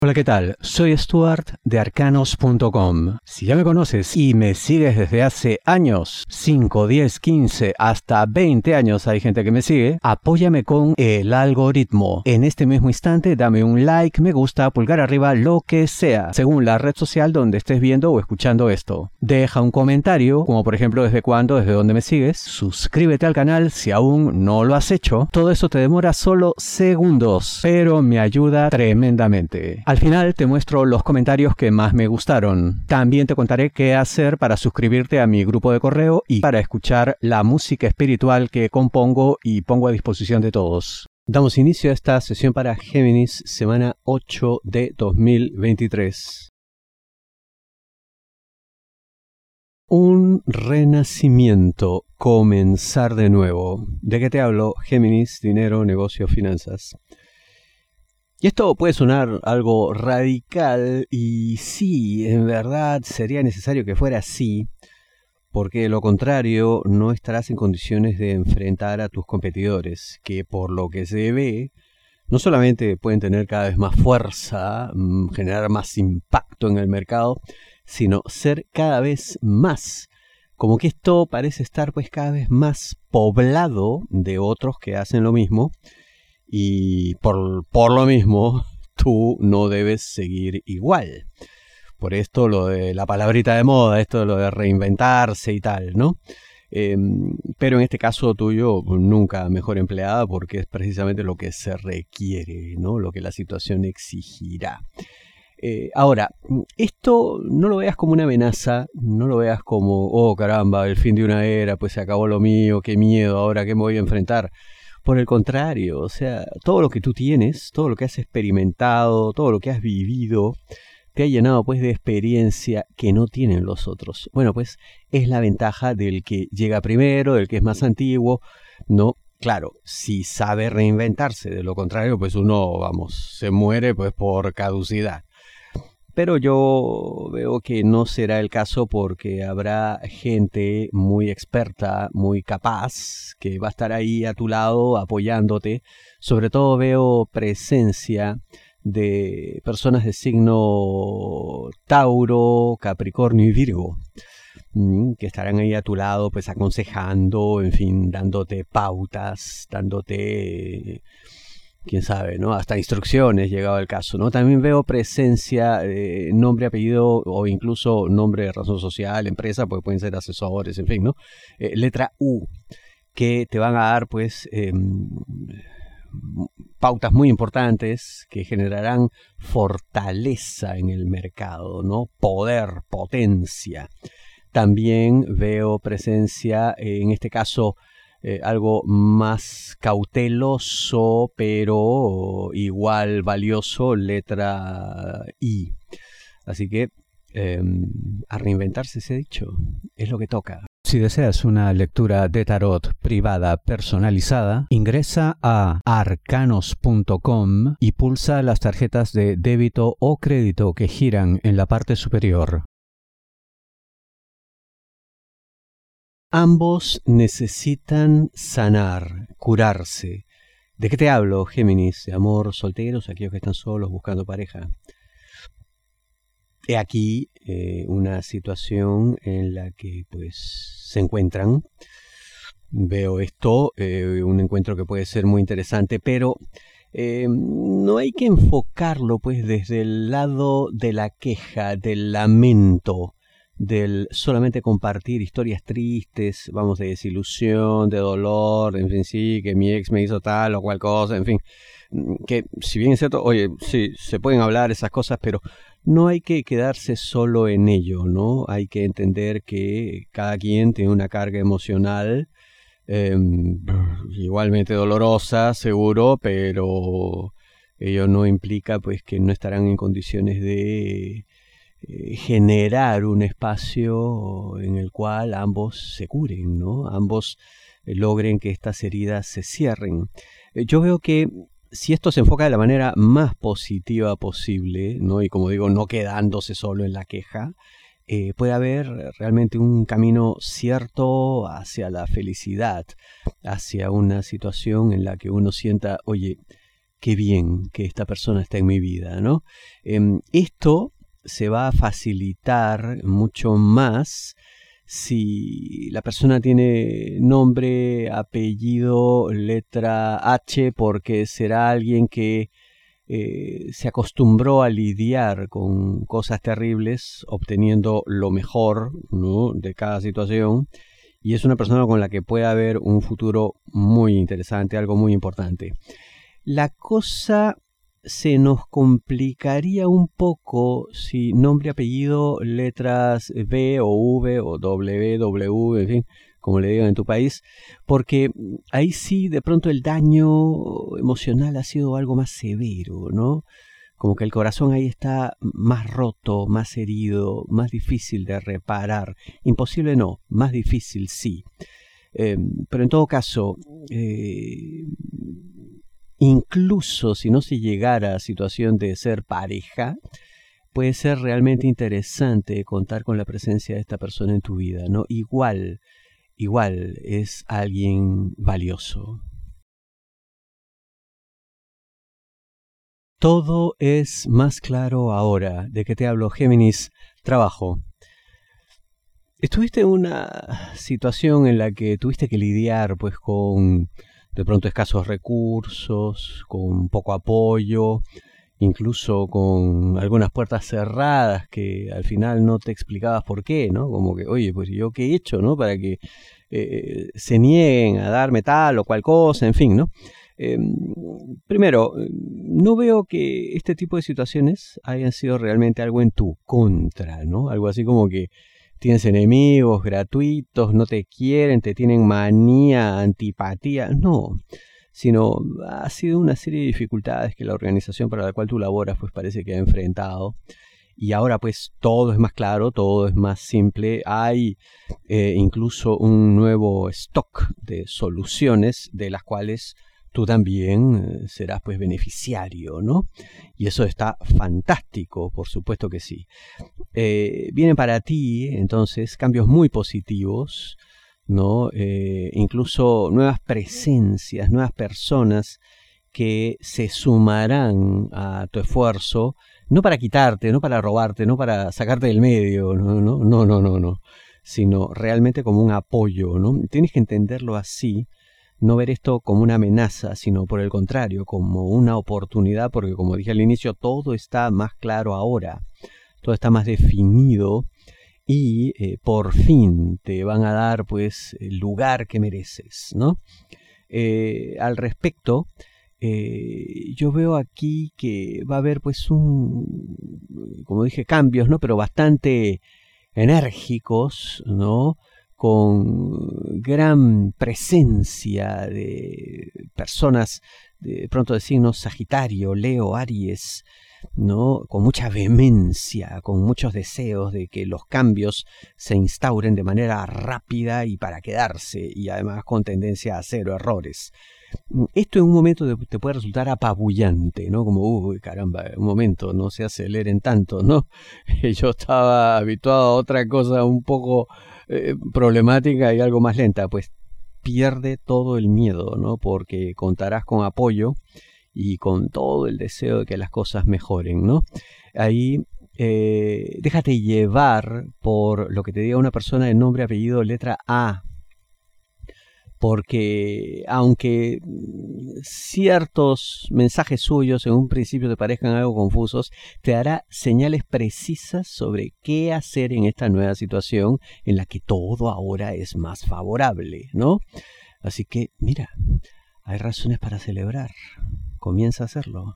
Hola, ¿qué tal? Soy Stuart de Arcanos.com. Si ya me conoces y me sigues desde hace años, 5, 10, 15, hasta 20 años hay gente que me sigue, apóyame con el algoritmo. En este mismo instante dame un like, me gusta, pulgar arriba, lo que sea, según la red social donde estés viendo o escuchando esto. Deja un comentario, como por ejemplo desde cuándo, desde dónde me sigues. Suscríbete al canal si aún no lo has hecho. Todo eso te demora solo segundos, pero me ayuda tremendamente. Al final te muestro los comentarios que más me gustaron. También te contaré qué hacer para suscribirte a mi grupo de correo y para escuchar la música espiritual que compongo y pongo a disposición de todos. Damos inicio a esta sesión para Géminis, semana 8 de 2023. Un renacimiento, comenzar de nuevo. ¿De qué te hablo? Géminis, dinero, negocio, finanzas. Y esto puede sonar algo radical y sí, en verdad sería necesario que fuera así, porque de lo contrario no estarás en condiciones de enfrentar a tus competidores, que por lo que se ve, no solamente pueden tener cada vez más fuerza, generar más impacto en el mercado, sino ser cada vez más. Como que esto parece estar pues cada vez más poblado de otros que hacen lo mismo. Y por lo mismo, tú no debes seguir igual. Por esto lo de la palabrita de moda, esto de lo de reinventarse y tal, ¿no? Pero en este caso tuyo, nunca mejor empleada porque es precisamente lo que se requiere, ¿no? Lo que la situación exigirá. Ahora, esto no lo veas como una amenaza, no lo veas como, oh caramba, el fin de una era, pues se acabó lo mío, qué miedo, ahora qué me voy a enfrentar. Por el contrario, o sea, todo lo que tú tienes, todo lo que has experimentado, todo lo que has vivido, te ha llenado pues de experiencia que no tienen los otros. Bueno, pues es la ventaja del que llega primero, del que es más antiguo, ¿no? Claro, si sabe reinventarse, de lo contrario, pues uno, vamos, se muere pues por caducidad. Pero yo veo que no será el caso porque habrá gente muy experta, muy capaz, que va a estar ahí a tu lado apoyándote. Sobre todo veo presencia de personas de signo Tauro, Capricornio y Virgo, que estarán ahí a tu lado pues aconsejando, en fin, dándote pautas, dándote... quién sabe, ¿no? Hasta instrucciones, llegado el caso, ¿no? También veo presencia, nombre, apellido o incluso nombre de razón social, empresa, porque pueden ser asesores, en fin, ¿no? Letra U, que te van a dar, pues, pautas muy importantes que generarán fortaleza en el mercado, ¿no? Poder, potencia. También veo presencia, en este caso, algo más cauteloso, pero igual valioso, letra I. Así que a reinventarse se ha dicho, es lo que toca. Si deseas una lectura de tarot privada personalizada, ingresa a arcanos.com y pulsa las tarjetas de débito o crédito que giran en la parte superior. Ambos necesitan sanar, curarse. ¿De qué te hablo, Géminis? ¿De amor, solteros, aquellos que están solos buscando pareja? He aquí una situación en la que pues se encuentran. Veo esto, un encuentro que puede ser muy interesante, pero no hay que enfocarlo pues desde el lado de la queja, del lamento, del solamente compartir historias tristes, vamos, de desilusión, de dolor, en fin, sí, que mi ex me hizo tal o cual cosa, en fin, que si bien es cierto, oye, sí, se pueden hablar esas cosas, pero no hay que quedarse solo en ello, ¿no? Hay que entender que cada quien tiene una carga emocional igualmente dolorosa, seguro, pero ello no implica pues que no estarán en condiciones de generar un espacio en el cual ambos se curen, ¿no? Ambos logren que estas heridas se cierren. Yo veo que si esto se enfoca de la manera más positiva posible, ¿no? Y como digo, no quedándose solo en la queja, puede haber realmente un camino cierto hacia la felicidad, hacia una situación en la que uno sienta, oye, qué bien que esta persona está en mi vida, ¿no? Esto se va a facilitar mucho más si la persona tiene nombre, apellido, letra H, porque será alguien que se acostumbró a lidiar con cosas terribles, obteniendo lo mejor, ¿no?, de cada situación, y es una persona con la que puede haber un futuro muy interesante, algo muy importante. La cosa se nos complicaría un poco si nombre, apellido, letras B o V o W, en fin, como le digan en tu país, porque ahí sí de pronto el daño emocional ha sido algo más severo, ¿no? Como que el corazón ahí está más roto, más herido, más difícil de reparar. Imposible no, más difícil sí. Pero en todo caso, incluso si no se llegara a situación de ser pareja, puede ser realmente interesante contar con la presencia de esta persona en tu vida, ¿no? Igual es alguien valioso. Todo es más claro ahora. ¿De qué te hablo, Géminis? Trabajo. ¿Estuviste en una situación en la que tuviste que lidiar pues con de pronto escasos recursos, con poco apoyo, incluso con algunas puertas cerradas que al final no te explicabas por qué, ¿no? Como que, oye, pues yo qué he hecho, ¿no? Para que se nieguen a darme tal o cual cosa, en fin, ¿no? Primero, no veo que este tipo de situaciones hayan sido realmente algo en tu contra, ¿no? Algo así como que tienes enemigos gratuitos, no te quieren, te tienen manía, antipatía. No, sino ha sido una serie de dificultades que la organización para la cual tú laboras pues parece que ha enfrentado. Y ahora pues todo es más claro, todo es más simple. Hay incluso un nuevo stock de soluciones de las cuales tú también serás pues beneficiario, ¿no? Y eso está fantástico, por supuesto que sí. Vienen para ti entonces cambios muy positivos, ¿no? Incluso nuevas presencias, nuevas personas que se sumarán a tu esfuerzo, no para quitarte, no para robarte, no para sacarte del medio, no, sino realmente como un apoyo, ¿no? Tienes que entenderlo así, no ver esto como una amenaza, sino por el contrario, como una oportunidad, porque como dije al inicio, todo está más claro ahora, todo está más definido y por fin te van a dar pues el lugar que mereces, ¿no? Al respecto, yo veo aquí que va a haber pues como dije, cambios, ¿no? Pero bastante enérgicos, ¿no? Con gran presencia de personas de pronto de signos Sagitario, Leo, Aries, ¿no? Con mucha vehemencia, con muchos deseos de que los cambios se instauren de manera rápida y para quedarse, y además con tendencia a cero errores. Esto en un momento te puede resultar apabullante, ¿no? Como, uy, caramba, un momento, no se aceleren tanto, ¿no? Yo estaba habituado a otra cosa un poco problemática y algo más lenta. Pues pierde todo el miedo, ¿no? Porque contarás con apoyo y con todo el deseo de que las cosas mejoren, ¿no? Ahí déjate llevar por lo que te diga una persona de nombre, apellido, letra A, porque aunque ciertos mensajes suyos en un principio te parezcan algo confusos, te dará señales precisas sobre qué hacer en esta nueva situación en la que todo ahora es más favorable, ¿no? Así que, mira, hay razones para celebrar. Comienza a hacerlo.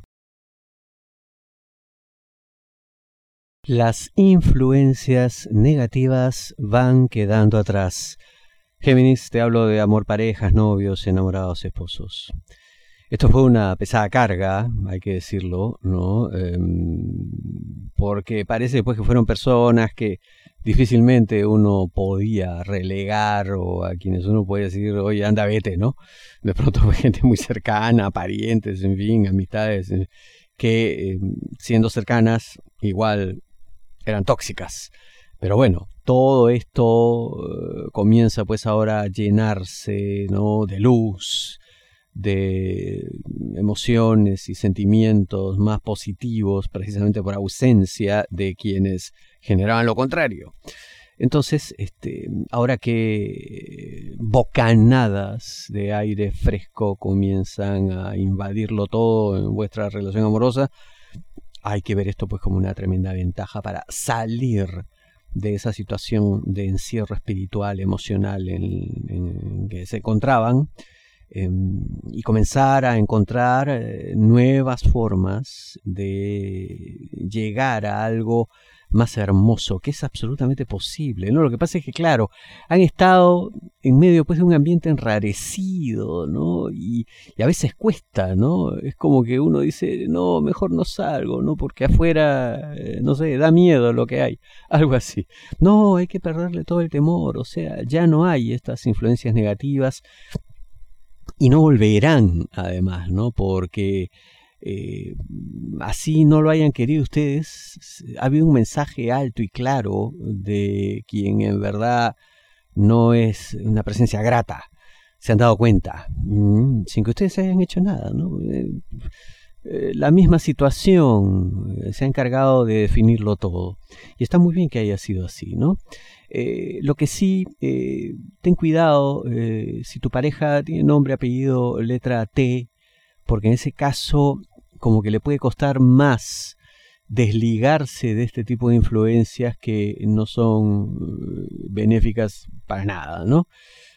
Las influencias negativas van quedando atrás. Géminis, te hablo de amor, parejas, novios, enamorados, esposos. Esto fue una pesada carga, hay que decirlo, ¿no? Porque parece pues que fueron personas que difícilmente uno podía relegar o a quienes uno podía decir, oye, anda, vete, ¿no? De pronto fue gente muy cercana, parientes, en fin, amistades, que siendo cercanas igual eran tóxicas. Pero bueno, todo esto comienza pues ahora a llenarse, ¿no?, de luz, de emociones y sentimientos más positivos precisamente por ausencia de quienes generaban lo contrario. Entonces, ahora que bocanadas de aire fresco comienzan a invadirlo todo en vuestra relación amorosa, hay que ver esto pues como una tremenda ventaja para salir de esa situación de encierro espiritual, emocional en que se encontraban, y comenzar a encontrar nuevas formas de llegar a algo más hermoso, que es absolutamente posible, ¿no? Lo que pasa es que, claro, han estado en medio pues, de un ambiente enrarecido, ¿no? Y a veces cuesta, ¿no? Es como que uno dice, no, mejor no salgo, ¿no? Porque afuera, no sé, da miedo lo que hay, algo así. No, hay que perderle todo el temor, o sea, ya no hay estas influencias negativas y no volverán, además, ¿no? Porque así no lo hayan querido ustedes, ha habido un mensaje alto y claro de quien en verdad no es una presencia grata. Se han dado cuenta, sin que ustedes hayan hecho nada, ¿no? La misma situación se ha encargado de definirlo todo. Y está muy bien que haya sido así, ¿no? Lo que sí, ten cuidado si tu pareja tiene nombre, apellido, letra T, porque en ese caso como que le puede costar más desligarse de este tipo de influencias que no son benéficas para nada, ¿no?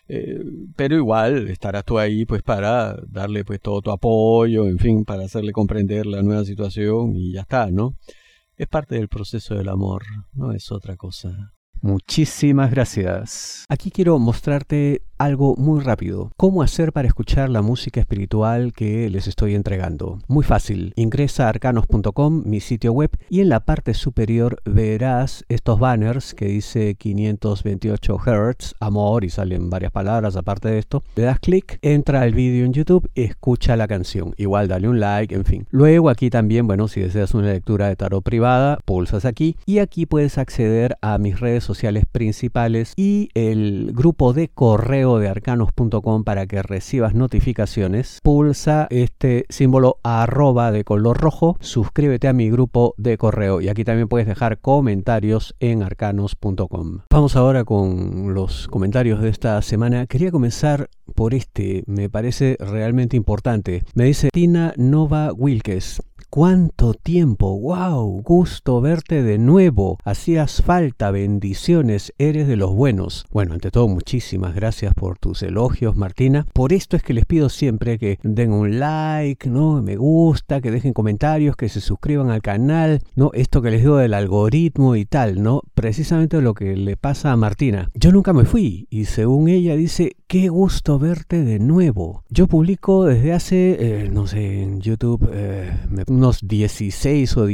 Pero igual estarás tú ahí pues para darle pues todo tu apoyo, en fin, para hacerle comprender la nueva situación y ya está, ¿no? Es parte del proceso del amor, no es otra cosa. Muchísimas gracias. Aquí quiero mostrarte algo muy rápido. ¿Cómo hacer para escuchar la música espiritual que les estoy entregando? Muy fácil. Ingresa a arcanos.com, mi sitio web, y en la parte superior verás estos banners que dice 528 Hz, amor, y salen varias palabras aparte de esto. Le das clic, entra al vídeo en YouTube, escucha la canción. Igual dale un like, en fin. Luego aquí también, bueno, si deseas una lectura de tarot privada, pulsas aquí y aquí puedes acceder a mis redes sociales principales y el grupo de correo de arcanos.com para que recibas notificaciones. Pulsa este símbolo @ de color rojo, suscríbete a mi grupo de correo y aquí también puedes dejar comentarios en arcanos.com. Vamos ahora con los comentarios de esta semana. Quería comenzar por me parece realmente importante. Me dice Tina Nova Wilkes. ¿Cuánto tiempo? ¡Wow! Gusto verte de nuevo. Hacías falta, bendiciones, eres de los buenos. Bueno, ante todo, muchísimas gracias por tus elogios, Martina. Por esto es que les pido siempre que den un like, ¿no? Me gusta, que dejen comentarios, que se suscriban al canal, ¿no? Esto que les digo del algoritmo y tal, ¿no? Precisamente lo que le pasa a Martina. Yo nunca me fui y según ella dice, qué gusto verte de nuevo. Yo publico desde hace, no sé, en YouTube, unos 16 o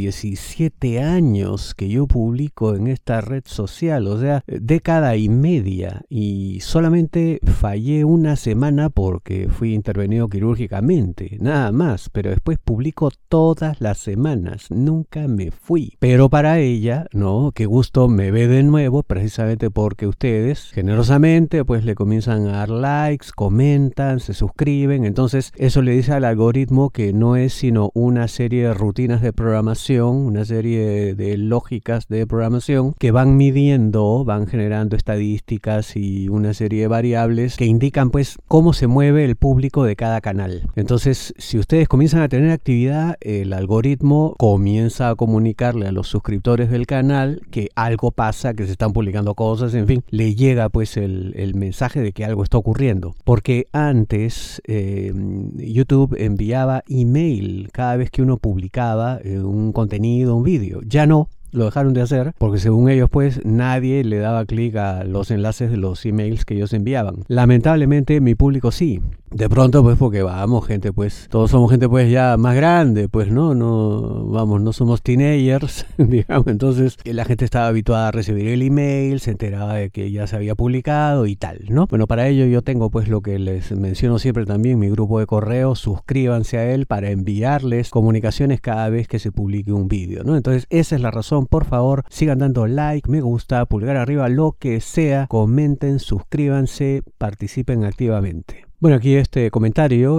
17 años que yo publico en esta red social, o sea, década y media, y solamente fallé una semana porque fui intervenido quirúrgicamente, nada más, pero después publico todas las semanas, nunca me fui. Pero para ella, no, qué gusto me ve de nuevo, precisamente porque ustedes generosamente pues le comienzan a dar likes, comentan, se suscriben, entonces eso le dice al algoritmo que no es sino una serie de rutinas de programación, una serie de lógicas de programación que van midiendo, van generando estadísticas y una serie de variables que indican pues cómo se mueve el público de cada canal. Entonces, si ustedes comienzan a tener actividad, el algoritmo comienza a comunicarle a los suscriptores del canal que algo pasa, que se están publicando cosas, en fin, le llega pues el mensaje de que algo está ocurriendo. Porque antes YouTube enviaba email cada vez que uno publicaba un contenido, un vídeo. Ya no, lo dejaron de hacer porque según ellos pues nadie le daba clic a los enlaces de los emails que ellos enviaban. Lamentablemente mi público sí. De pronto pues porque vamos gente pues, todos somos gente pues ya más grande pues no vamos, no somos teenagers digamos, entonces la gente estaba habituada a recibir el email, se enteraba de que ya se había publicado y tal, ¿no? Bueno, para ello yo tengo pues lo que les menciono siempre también, mi grupo de correo, suscríbanse a él para enviarles comunicaciones cada vez que se publique un vídeo, ¿no? Entonces esa es la razón, por favor, sigan dando like, me gusta, pulgar arriba, lo que sea, comenten, suscríbanse, participen activamente. Bueno, aquí este comentario,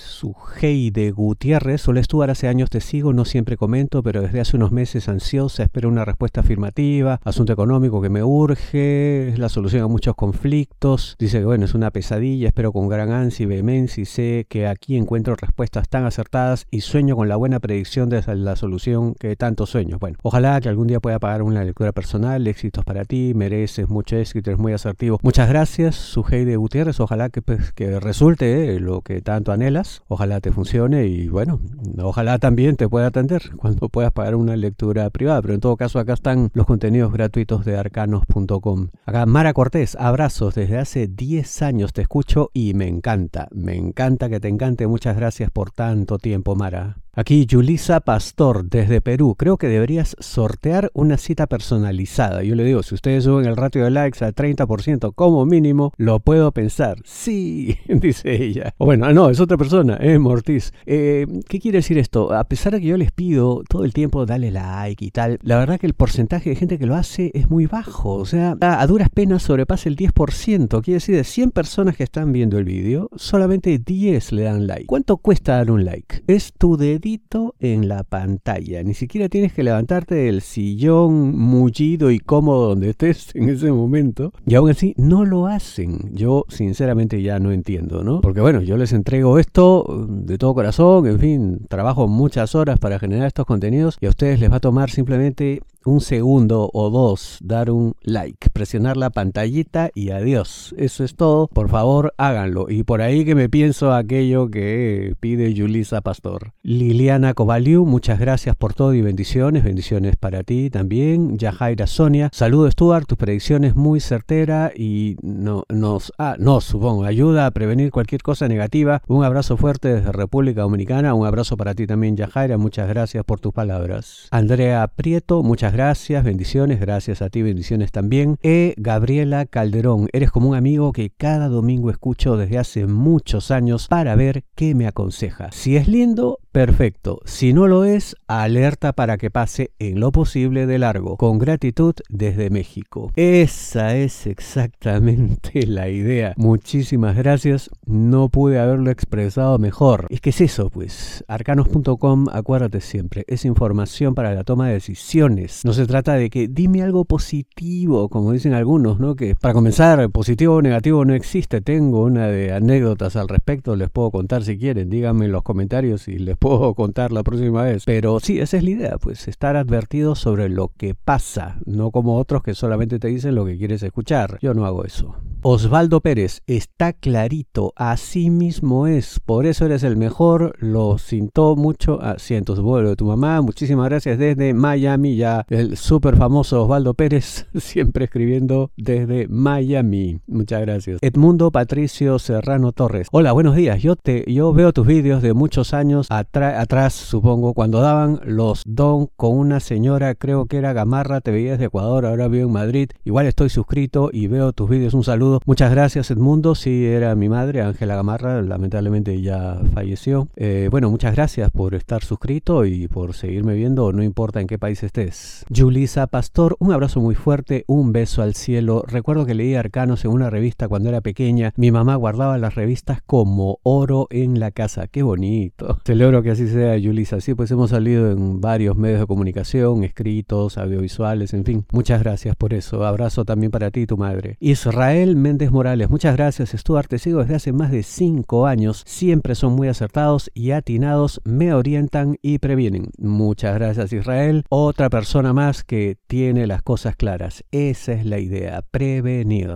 Suheide Gutiérrez. Hola Stuart, hace años te sigo, no siempre comento, pero desde hace unos meses ansiosa, espero una respuesta afirmativa, asunto económico que me urge, es la solución a muchos conflictos. Dice que bueno, es una pesadilla, espero con gran ansia y vehemencia y sé que aquí encuentro respuestas tan acertadas y sueño con la buena predicción de la solución que tanto sueño. Bueno, ojalá que algún día pueda pagar una lectura personal, éxitos para ti, mereces mucho éxito, eres muy asertivo. Muchas gracias, Suheide Gutiérrez, ojalá que resulte lo que tanto anhelas, ojalá te funcione y bueno, ojalá también te pueda atender cuando puedas pagar una lectura privada, pero en todo caso acá están los contenidos gratuitos de arcanos.com. Acá Mara Cortés, abrazos, desde hace 10 años te escucho y me encanta que te encante, muchas gracias por tanto tiempo, Mara. Aquí Yulisa Pastor desde Perú, creo que deberías sortear una cita personalizada. Yo le digo, si ustedes suben el ratio de likes al 30% como mínimo, lo puedo pensar. Sí, dice ella. O bueno, no, es otra persona, Mortiz. ¿Qué quiere decir esto? A pesar de que yo les pido todo el tiempo dale like y tal, la verdad que el porcentaje de gente que lo hace es muy bajo. O sea, a duras penas sobrepasa el 10%. Quiere decir, de 100 personas que están viendo el vídeo, solamente 10 le dan like. ¿Cuánto cuesta dar un like? Es tu dedito en la pantalla. Ni siquiera tienes que levantarte del sillón mullido y cómodo donde estés en ese momento. Y aún así no lo hacen. Yo sinceramente ya no entiendo, ¿no? Porque bueno, yo les entrego esto de todo corazón. En fin, trabajo muchas horas para generar estos contenidos y a ustedes les va a tomar simplemente un segundo o dos dar un like, presionar la pantallita y adiós. Eso es todo. Por favor, háganlo. Y por ahí que me pienso aquello que pide Yulisa Pastor. Liliana Kovaliu, muchas gracias por todo y bendiciones. Bendiciones para ti también. Yajaira Sonia, saludos Stuart, tus predicciones muy certera y nos supongo, ayuda a prevenir cualquier cosa negativa. Un abrazo fuerte desde República Dominicana. Un abrazo para ti también, Yajaira. Muchas gracias por tus palabras. Andrea Prieto, muchas gracias, bendiciones, gracias a ti, bendiciones también. Gabriela Calderón, eres como un amigo que cada domingo escucho desde hace muchos años para ver qué me aconseja. Si es lindo, perfecto. Si no lo es, alerta para que pase en lo posible de largo. Con gratitud desde México. Esa es exactamente la idea. Muchísimas gracias. No pude haberlo expresado mejor. Es que es eso, pues. Arcanos.com, acuérdate siempre, es información para la toma de decisiones. No se trata de que dime algo positivo, como dicen algunos, ¿no? Que para comenzar, positivo o negativo no existe. Tengo una de anécdotas al respecto, les puedo contar si quieren. Díganme en los comentarios y les puedo contar la próxima vez. Pero sí, esa es la idea, pues estar advertido sobre lo que pasa, no como otros que solamente te dicen lo que quieres escuchar. Yo no hago eso. Osvaldo Pérez, está clarito, así mismo es, por eso eres el mejor, lo sintió mucho, siento su vuelo de tu mamá, muchísimas gracias desde Miami, ya el súper famoso Osvaldo Pérez, siempre escribiendo desde Miami, muchas gracias. Edmundo Patricio Serrano Torres, hola, buenos días, yo veo tus vídeos de muchos años atrás, supongo, cuando daban los don con una señora, creo que era Gamarra, te veías de Ecuador, ahora vivo en Madrid, igual estoy suscrito y veo tus vídeos, un saludo. Muchas gracias Edmundo, sí era mi madre, Ángela Gamarra, lamentablemente ya falleció. Bueno, muchas gracias por estar suscrito y por seguirme viendo, no importa en qué país estés. Yulisa Pastor, un abrazo muy fuerte, un beso al cielo. Recuerdo que leí Arcanos en una revista cuando era pequeña, mi mamá guardaba las revistas como oro en la casa, qué bonito. Celebro que así sea, Yulisa, sí, pues hemos salido en varios medios de comunicación, escritos, audiovisuales, en fin, muchas gracias por eso. Abrazo también para ti y tu madre. Israel Méndez Morales, muchas gracias Stuart, te sigo desde hace más de 5 años, siempre son muy acertados y atinados, me orientan y previenen. Muchas gracias Israel, otra persona más que tiene las cosas claras, esa es la idea, prevenir.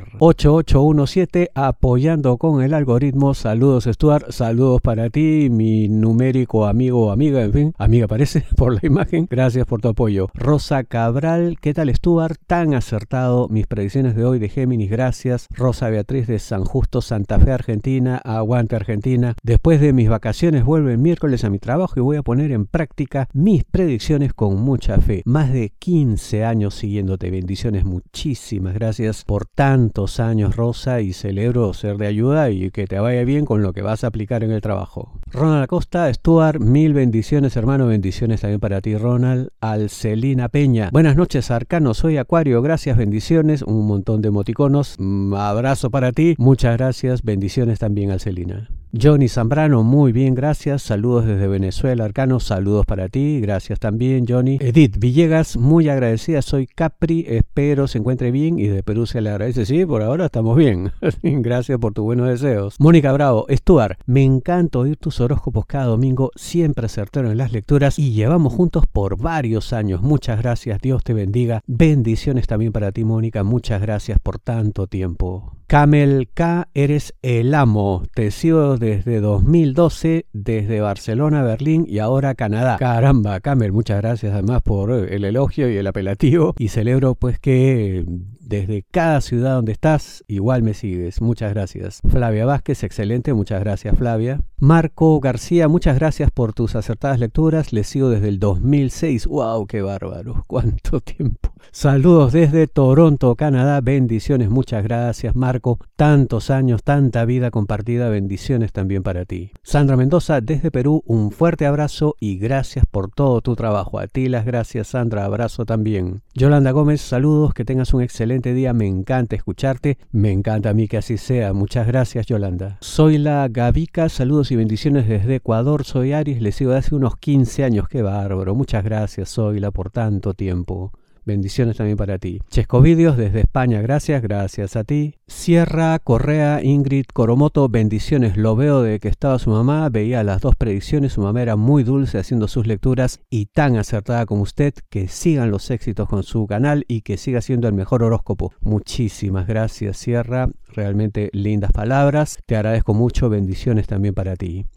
8817, apoyando con el algoritmo, saludos Stuart, saludos para ti, mi numérico amigo o amiga, en fin, amiga parece por la imagen, gracias por tu apoyo. Rosa Cabral, ¿qué tal Stuart? Tan acertado, mis predicciones de hoy de Géminis, gracias. Rosa Beatriz de San Justo, Santa Fe, Argentina, aguante Argentina. Después de mis vacaciones vuelvo el miércoles a mi trabajo y voy a poner en práctica mis predicciones con mucha fe. Más de 15 años siguiéndote, bendiciones, muchísimas gracias por tantos años Rosa y celebro ser de ayuda y que te vaya bien con lo que vas a aplicar en el trabajo. Ronald Acosta, Stuart, Stuart, mil bendiciones, hermano. Bendiciones también para ti, Ronald. Alcelina Peña. Buenas noches, Arcano. Soy Acuario. Gracias, bendiciones. Un montón de emoticonos. Abrazo para ti. Muchas gracias. Bendiciones también, Alcelina. Johnny Zambrano, muy bien, gracias. Saludos desde Venezuela, Arcano. Saludos para ti. Gracias también, Johnny. Edith Villegas, muy agradecida. Soy Capri. Espero se encuentre bien y de Perú se le agradece. Sí, por ahora estamos bien. Gracias por tus buenos deseos. Mónica Bravo, Stuart, me encanta oír tus horóscopos cada domingo. Siempre acertaron en las lecturas y llevamos juntos por varios años. Muchas gracias. Dios te bendiga. Bendiciones también para ti, Mónica. Muchas gracias por tanto tiempo. Camel K, eres el amo. Te sigo desde 2012, desde Barcelona, Berlín y ahora Canadá. Caramba, Camel, muchas gracias además por el elogio y el apelativo. Y celebro pues que desde cada ciudad donde estás, igual me sigues. Muchas gracias. Flavia Vázquez, excelente. Muchas gracias, Flavia. Marco García, muchas gracias por tus acertadas lecturas. Les sigo desde el 2006. ¡Wow! ¡Qué bárbaro! ¡Cuánto tiempo! Saludos desde Toronto, Canadá. Bendiciones. Muchas gracias, Marco. Tantos años, tanta vida compartida. Bendiciones también para ti. Sandra Mendoza, desde Perú. Un fuerte abrazo y gracias por todo tu trabajo. A ti las gracias, Sandra. Abrazo también. Yolanda Gómez, saludos. Que tengas un excelente día. Me encanta escucharte. Me encanta a mí que así sea. Muchas gracias, Yolanda. Soy la Gavica. Saludos y bendiciones desde Ecuador. Soy Aries. Les sigo de hace unos 15 años. Qué bárbaro. Muchas gracias, Zoila, por tanto tiempo. Bendiciones también para ti. Chescovidios desde España, gracias a ti. Sierra Correa, Ingrid Coromoto, bendiciones. Lo veo de que estaba su mamá, veía las dos predicciones, su mamá era muy dulce haciendo sus lecturas y tan acertada como usted. Que sigan los éxitos con su canal y que siga siendo el mejor horóscopo. Muchísimas gracias, Sierra. Realmente lindas palabras. Te agradezco mucho. Bendiciones también para ti.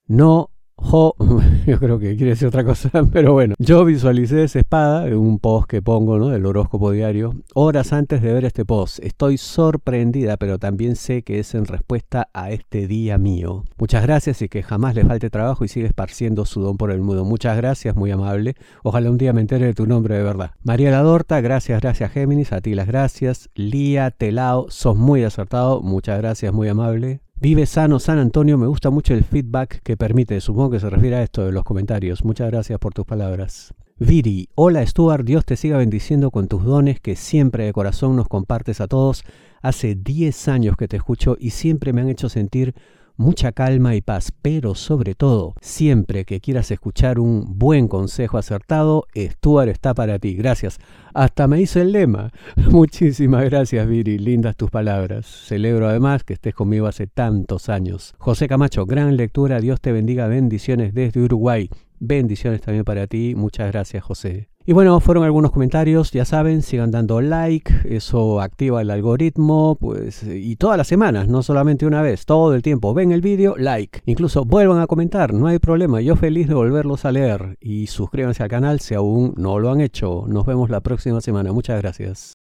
Yo creo que quiere decir otra cosa, pero bueno, yo visualicé esa espada en un post que pongo, ¿no?, del horóscopo diario, horas antes de ver este post. Estoy sorprendida, pero también sé que es en respuesta a este día mío. Muchas gracias y que jamás le falte trabajo y sigue esparciendo su don por el mundo. Muchas gracias, muy amable. Ojalá un día me entere de tu nombre de verdad. Mariela Dorta, gracias Géminis, a ti las gracias. Lía Telao, sos muy acertado, muchas gracias, muy amable. Vive Sano San Antonio, me gusta mucho el feedback que permite, supongo que se refiere a esto de los comentarios. Muchas gracias por tus palabras. Viri, hola Stuart, Dios te siga bendiciendo con tus dones que siempre de corazón nos compartes a todos. Hace 10 años que te escucho y siempre me han hecho sentir mucha calma y paz, pero sobre todo, siempre que quieras escuchar un buen consejo acertado, Stuart está para ti. Gracias. Hasta me hizo el lema. Muchísimas gracias, Viri. Lindas tus palabras. Celebro además que estés conmigo hace tantos años. José Camacho, gran lectura. Dios te bendiga. Bendiciones desde Uruguay. Bendiciones también para ti. Muchas gracias, José. Y bueno, fueron algunos comentarios, ya saben, sigan dando like, eso activa el algoritmo, pues, y todas las semanas, no solamente una vez, todo el tiempo. Ven el vídeo, like, incluso vuelvan a comentar, no hay problema, yo feliz de volverlos a leer. Y suscríbanse al canal si aún no lo han hecho. Nos vemos la próxima semana, muchas gracias.